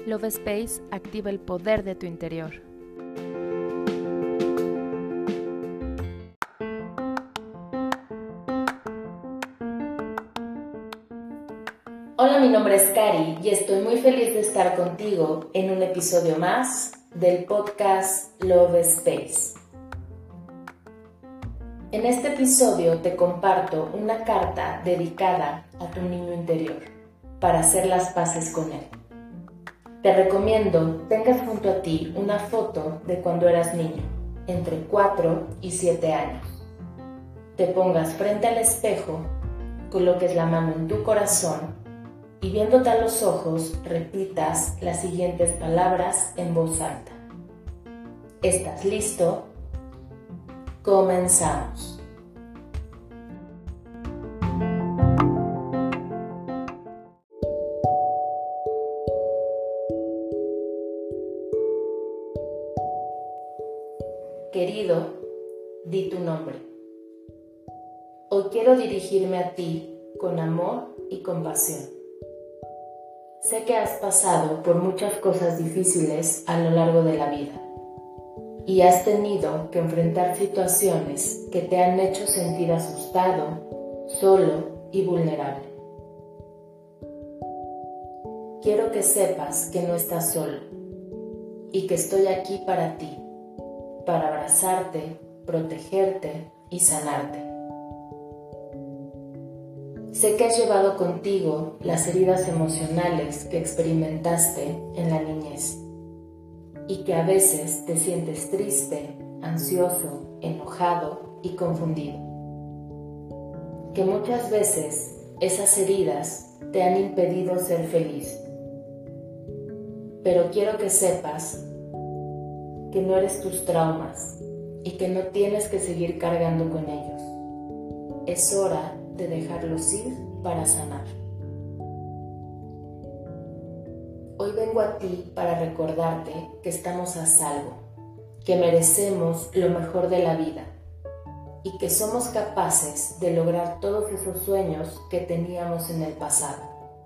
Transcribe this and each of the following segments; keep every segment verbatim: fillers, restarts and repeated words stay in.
Love Space activa el poder de tu interior. Hola, mi nombre es Cari y estoy muy feliz de estar contigo en un episodio más del podcast Love Space. En este episodio te comparto una carta dedicada a tu niño interior para hacer las paces con él. Te recomiendo tengas junto a ti una foto de cuando eras niño, entre cuatro y siete años. Te pongas frente al espejo, coloques la mano en tu corazón y viéndote a los ojos repitas las siguientes palabras en voz alta. ¿Estás listo? Comenzamos. Querido, di tu nombre. Hoy quiero dirigirme a ti con amor y compasión. Sé que has pasado por muchas cosas difíciles a lo largo de la vida y has tenido que enfrentar situaciones que te han hecho sentir asustado, solo y vulnerable. Quiero que sepas que no estás solo y que estoy aquí para ti, para abrazarte, protegerte y sanarte. Sé que has llevado contigo las heridas emocionales que experimentaste en la niñez y que a veces te sientes triste, ansioso, enojado y confundido. Que muchas veces esas heridas te han impedido ser feliz. Pero quiero que sepas que no eres tus traumas y que no tienes que seguir cargando con ellos. Es hora de dejarlos ir para sanar. Hoy vengo a ti para recordarte que estamos a salvo, que merecemos lo mejor de la vida y que somos capaces de lograr todos esos sueños que teníamos en el pasado.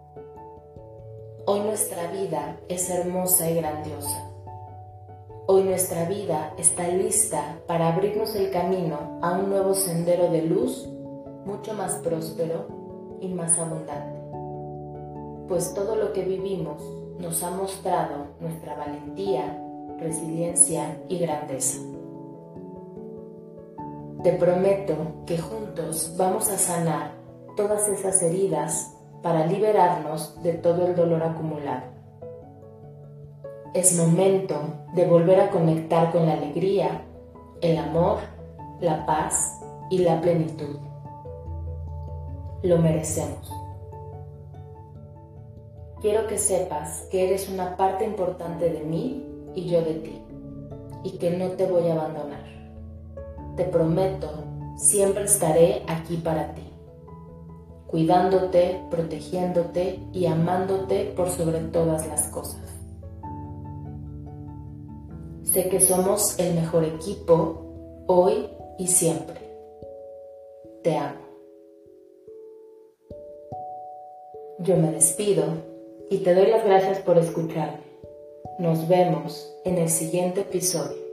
Hoy nuestra vida es hermosa y grandiosa. Hoy nuestra vida está lista para abrirnos el camino a un nuevo sendero de luz, mucho más próspero y más abundante. Pues todo lo que vivimos nos ha mostrado nuestra valentía, resiliencia y grandeza. Te prometo que juntos vamos a sanar todas esas heridas para liberarnos de todo el dolor acumulado. Es momento de volver a conectar con la alegría, el amor, la paz y la plenitud. Lo merecemos. Quiero que sepas que eres una parte importante de mí y yo de ti, y que no te voy a abandonar. Te prometo, siempre estaré aquí para ti, cuidándote, protegiéndote y amándote por sobre todas las cosas. Sé que somos el mejor equipo, hoy y siempre. Te amo. Yo me despido y te doy las gracias por escucharme. Nos vemos en el siguiente episodio.